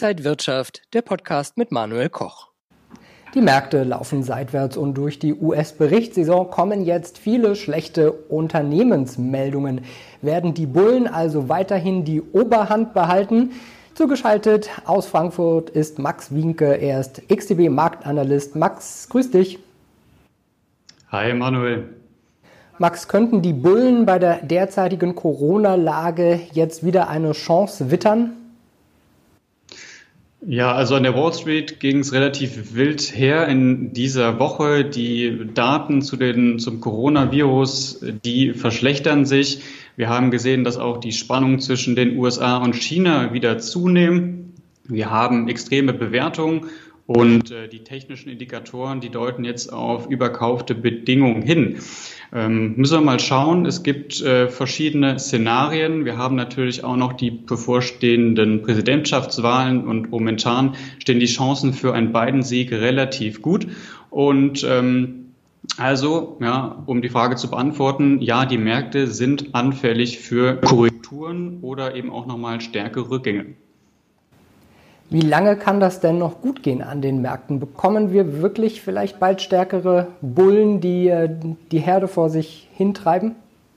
Inside Wirtschaft, der Podcast mit Manuel Koch. Die Märkte laufen seitwärts und durch die US-Berichtssaison kommen jetzt viele schlechte Unternehmensmeldungen. Werden die Bullen also weiterhin die Oberhand behalten? Zugeschaltet aus Frankfurt ist Max Wienke, er ist XTB-Marktanalyst. Max, grüß dich. Hi Manuel. Max, könnten die Bullen bei der derzeitigen Corona-Lage jetzt wieder eine Chance wittern? Ja, also an der Wall Street ging es relativ wild her in dieser Woche. Die Daten zum Coronavirus, die verschlechtern sich. Wir haben gesehen, dass auch die Spannungen zwischen den USA und China wieder zunehmen. Wir haben extreme Bewertungen und die technischen Indikatoren, die deuten jetzt auf überkaufte Bedingungen hin. Müssen wir mal schauen. Es gibt verschiedene Szenarien. Wir haben natürlich auch noch die bevorstehenden Präsidentschaftswahlen und momentan stehen die Chancen für einen Biden-Sieg relativ gut. Und also, ja, um die Frage zu beantworten, ja, die Märkte sind anfällig für Korrekturen oder eben auch nochmal stärkere Rückgänge. Wie lange kann das denn noch gut gehen an den Märkten? Bekommen wir wirklich vielleicht bald stärkere Bullen, die die Herde vor sich hintreiben?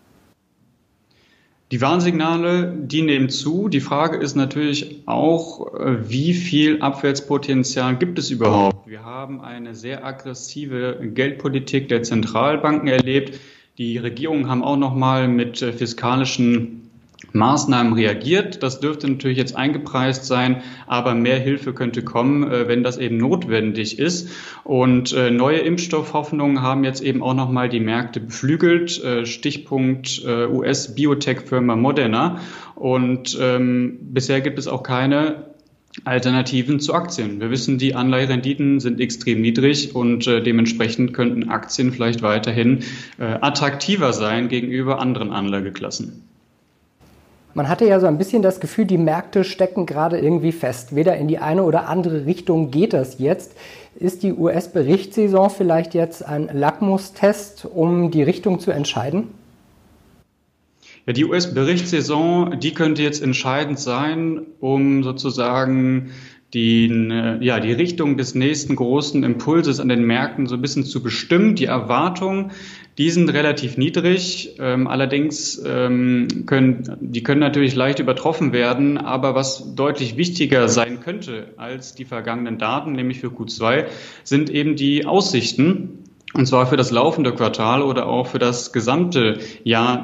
Die Warnsignale, die nehmen zu. Die Frage ist natürlich auch, wie viel Abwärtspotenzial gibt es überhaupt? Wir haben eine sehr aggressive Geldpolitik der Zentralbanken erlebt. Die Regierungen haben auch nochmal mit fiskalischen Maßnahmen reagiert. Das dürfte natürlich jetzt eingepreist sein, aber mehr Hilfe könnte kommen, wenn das eben notwendig ist. Und neue Impfstoffhoffnungen haben jetzt eben auch nochmal die Märkte beflügelt. Stichpunkt US-Biotech-Firma Moderna. Und bisher gibt es auch keine Alternativen zu Aktien. Wir wissen, die Anleiherenditen sind extrem niedrig und dementsprechend könnten Aktien vielleicht weiterhin attraktiver sein gegenüber anderen Anlageklassen. Man hatte ja so ein bisschen das Gefühl, die Märkte stecken gerade irgendwie fest. Weder in die eine oder andere Richtung geht das jetzt. Ist die US-Berichtssaison vielleicht jetzt ein Lackmustest, um die Richtung zu entscheiden? Ja, die US-Berichtssaison, die könnte jetzt entscheidend sein, um sozusagen die Richtung des nächsten großen Impulses an den Märkten so ein bisschen zu bestimmen. Die Erwartungen, die sind relativ niedrig. Allerdings können natürlich leicht übertroffen werden. Aber was deutlich wichtiger sein könnte als die vergangenen Daten, nämlich für Q2, sind eben die Aussichten. Und zwar für das laufende Quartal oder auch für das gesamte Jahr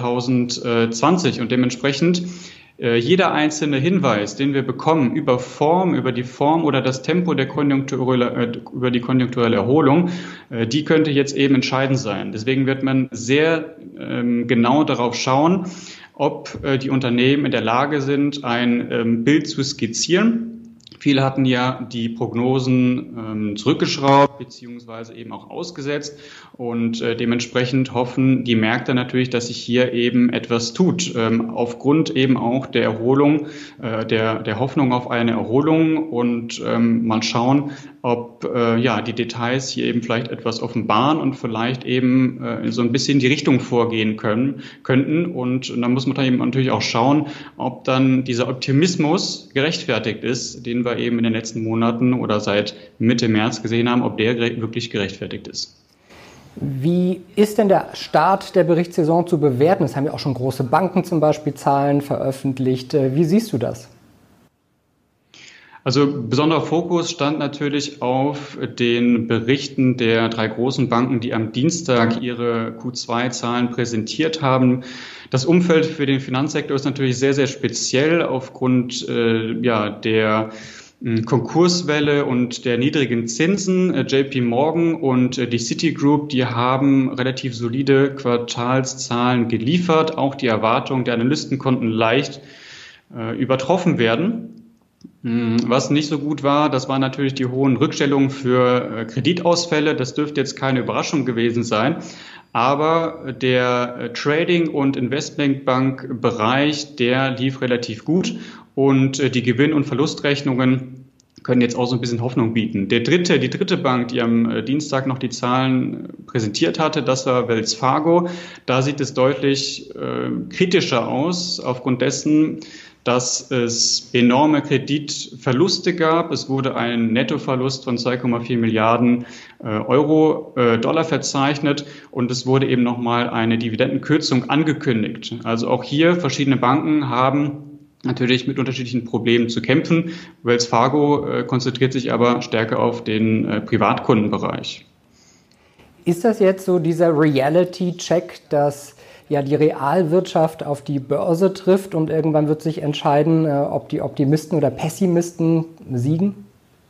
2020. Und dementsprechend jeder einzelne Hinweis, den wir bekommen über die Form oder das Tempo der über die konjunkturelle Erholung, die könnte jetzt eben entscheidend sein. Deswegen wird man sehr genau darauf schauen, ob die Unternehmen in der Lage sind, ein Bild zu skizzieren. Viele hatten ja die Prognosen zurückgeschraubt beziehungsweise eben auch ausgesetzt und dementsprechend hoffen die Märkte natürlich, dass sich hier eben etwas tut, aufgrund eben auch der Erholung, der Hoffnung auf eine Erholung und mal schauen, ob die Details hier eben vielleicht etwas offenbaren und vielleicht eben so ein bisschen die Richtung vorgehen könnten und dann muss man dann eben natürlich auch schauen, ob dann dieser Optimismus gerechtfertigt ist, den wir eben in den letzten Monaten oder seit Mitte März gesehen haben, ob der wirklich gerechtfertigt ist. Wie ist denn der Start der Berichtssaison zu bewerten? Es haben ja auch schon große Banken zum Beispiel Zahlen veröffentlicht. Wie siehst du das? Also besonderer Fokus stand natürlich auf den Berichten der drei großen Banken, die am Dienstag ihre Q2-Zahlen präsentiert haben. Das Umfeld für den Finanzsektor ist natürlich sehr, sehr speziell aufgrund der Konkurswelle und der niedrigen Zinsen. JP Morgan und die Citigroup, die haben relativ solide Quartalszahlen geliefert. Auch die Erwartungen der Analysten konnten leicht übertroffen werden. Was nicht so gut war, das waren natürlich die hohen Rückstellungen für Kreditausfälle. Das dürfte jetzt keine Überraschung gewesen sein. Aber der Trading- und Investmentbank-Bereich, der lief relativ gut und die Gewinn- und Verlustrechnungen können jetzt auch so ein bisschen Hoffnung bieten. Die dritte Bank, die am Dienstag noch die Zahlen präsentiert hatte, das war Wells Fargo. Da sieht es deutlich kritischer aus, aufgrund dessen, dass es enorme Kreditverluste gab. Es wurde ein Nettoverlust von 2,4 Milliarden Dollar verzeichnet und es wurde eben nochmal eine Dividendenkürzung angekündigt. Also auch hier verschiedene Banken haben natürlich mit unterschiedlichen Problemen zu kämpfen. Wells Fargo konzentriert sich aber stärker auf den Privatkundenbereich. Ist das jetzt so dieser Reality-Check, dass ja die Realwirtschaft auf die Börse trifft und irgendwann wird sich entscheiden, ob die Optimisten oder Pessimisten siegen?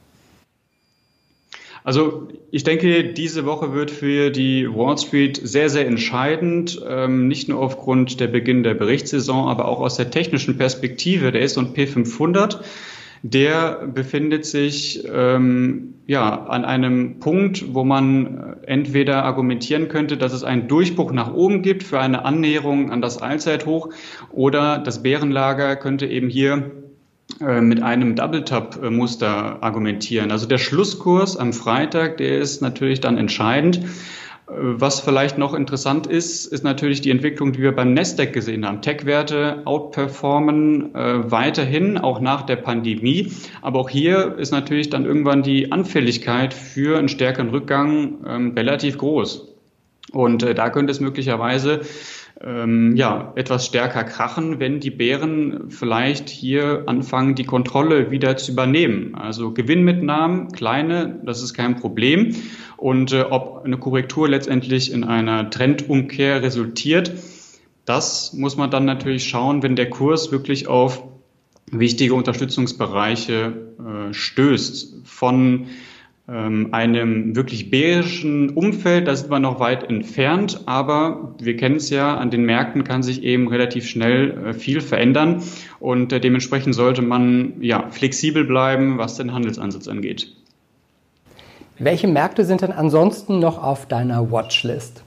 Also ich denke, diese Woche wird für die Wall Street sehr, sehr entscheidend, nicht nur aufgrund der Beginn der Berichtssaison, aber auch aus der technischen Perspektive. Der S&P 500, der befindet sich an einem Punkt, wo man entweder argumentieren könnte, dass es einen Durchbruch nach oben gibt für eine Annäherung an das Allzeithoch, oder das Bärenlager könnte eben hier mit einem Double-Top-Muster argumentieren. Also der Schlusskurs am Freitag, der ist natürlich dann entscheidend. Was vielleicht noch interessant ist natürlich die Entwicklung, die wir beim Nasdaq gesehen haben. Tech-Werte outperformen weiterhin, auch nach der Pandemie. Aber auch hier ist natürlich dann irgendwann die Anfälligkeit für einen stärkeren Rückgang relativ groß. Und da könnte es möglicherweise etwas stärker krachen, wenn die Bären vielleicht hier anfangen, die Kontrolle wieder zu übernehmen. Also Gewinnmitnahmen, kleine, das ist kein Problem. Und ob eine Korrektur letztendlich in einer Trendumkehr resultiert, das muss man dann natürlich schauen, wenn der Kurs wirklich auf wichtige Unterstützungsbereiche stößt. Von einem wirklich bärischen Umfeld, da sind wir noch weit entfernt, aber wir kennen es ja, an den Märkten kann sich eben relativ schnell viel verändern und dementsprechend sollte man flexibel bleiben, was den Handelsansatz angeht. Welche Märkte sind denn ansonsten noch auf deiner Watchlist?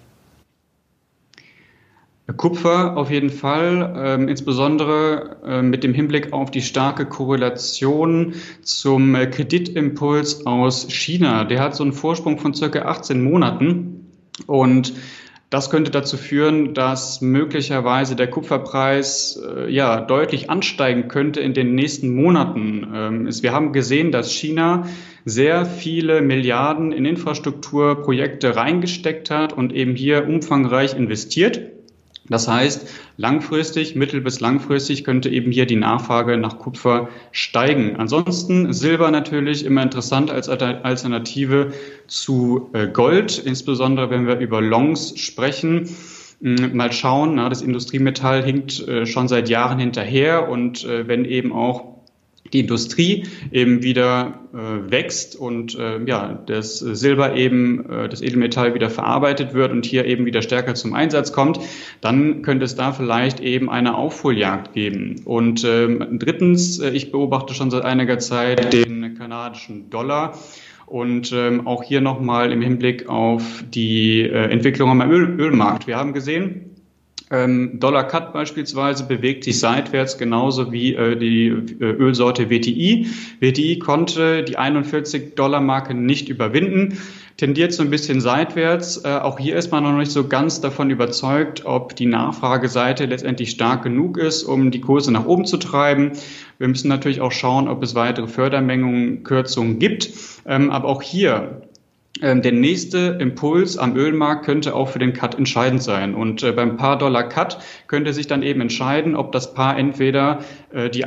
Kupfer auf jeden Fall, insbesondere mit dem Hinblick auf die starke Korrelation zum Kreditimpuls aus China. Der hat so einen Vorsprung von circa 18 Monaten und das könnte dazu führen, dass möglicherweise der Kupferpreis deutlich ansteigen könnte in den nächsten Monaten. Wir haben gesehen, dass China sehr viele Milliarden in Infrastrukturprojekte reingesteckt hat und eben hier umfangreich investiert. Das heißt, langfristig, mittel- bis langfristig könnte eben hier die Nachfrage nach Kupfer steigen. Ansonsten Silber natürlich immer interessant als Alternative zu Gold, insbesondere wenn wir über Longs sprechen. Mal schauen, das Industriemetall hinkt schon seit Jahren hinterher und wenn eben auch die Industrie eben wieder wächst und das Silber eben, das Edelmetall wieder verarbeitet wird und hier eben wieder stärker zum Einsatz kommt, dann könnte es da vielleicht eben eine Aufholjagd geben. Und drittens, ich beobachte schon seit einiger Zeit den kanadischen Dollar. Und auch hier nochmal im Hinblick auf die Entwicklung am Ölmarkt. Wir haben gesehen, Dollar-Cut beispielsweise bewegt sich seitwärts genauso wie die Ölsorte WTI. WTI konnte die 41-Dollar-Marke nicht überwinden, tendiert so ein bisschen seitwärts. Auch hier ist man noch nicht so ganz davon überzeugt, ob die Nachfrageseite letztendlich stark genug ist, um die Kurse nach oben zu treiben. Wir müssen natürlich auch schauen, ob es weitere Fördermengenkürzungen gibt. Aber auch hier der nächste Impuls am Ölmarkt könnte auch für den Cut entscheidend sein. Und beim Paar-Dollar-Cut könnte sich dann eben entscheiden, ob das Paar entweder die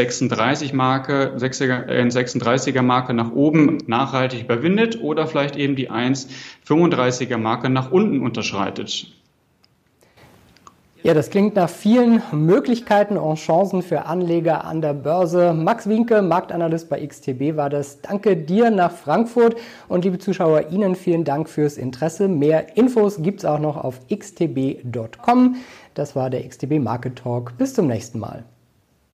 1,36er Marke nach oben nachhaltig überwindet oder vielleicht eben die 1,35er Marke nach unten unterschreitet. Ja, das klingt nach vielen Möglichkeiten und Chancen für Anleger an der Börse. Max Wienke, Marktanalyst bei XTB war das. Danke dir nach Frankfurt und liebe Zuschauer, Ihnen vielen Dank fürs Interesse. Mehr Infos gibt's auch noch auf xtb.com. Das war der XTB Market Talk. Bis zum nächsten Mal.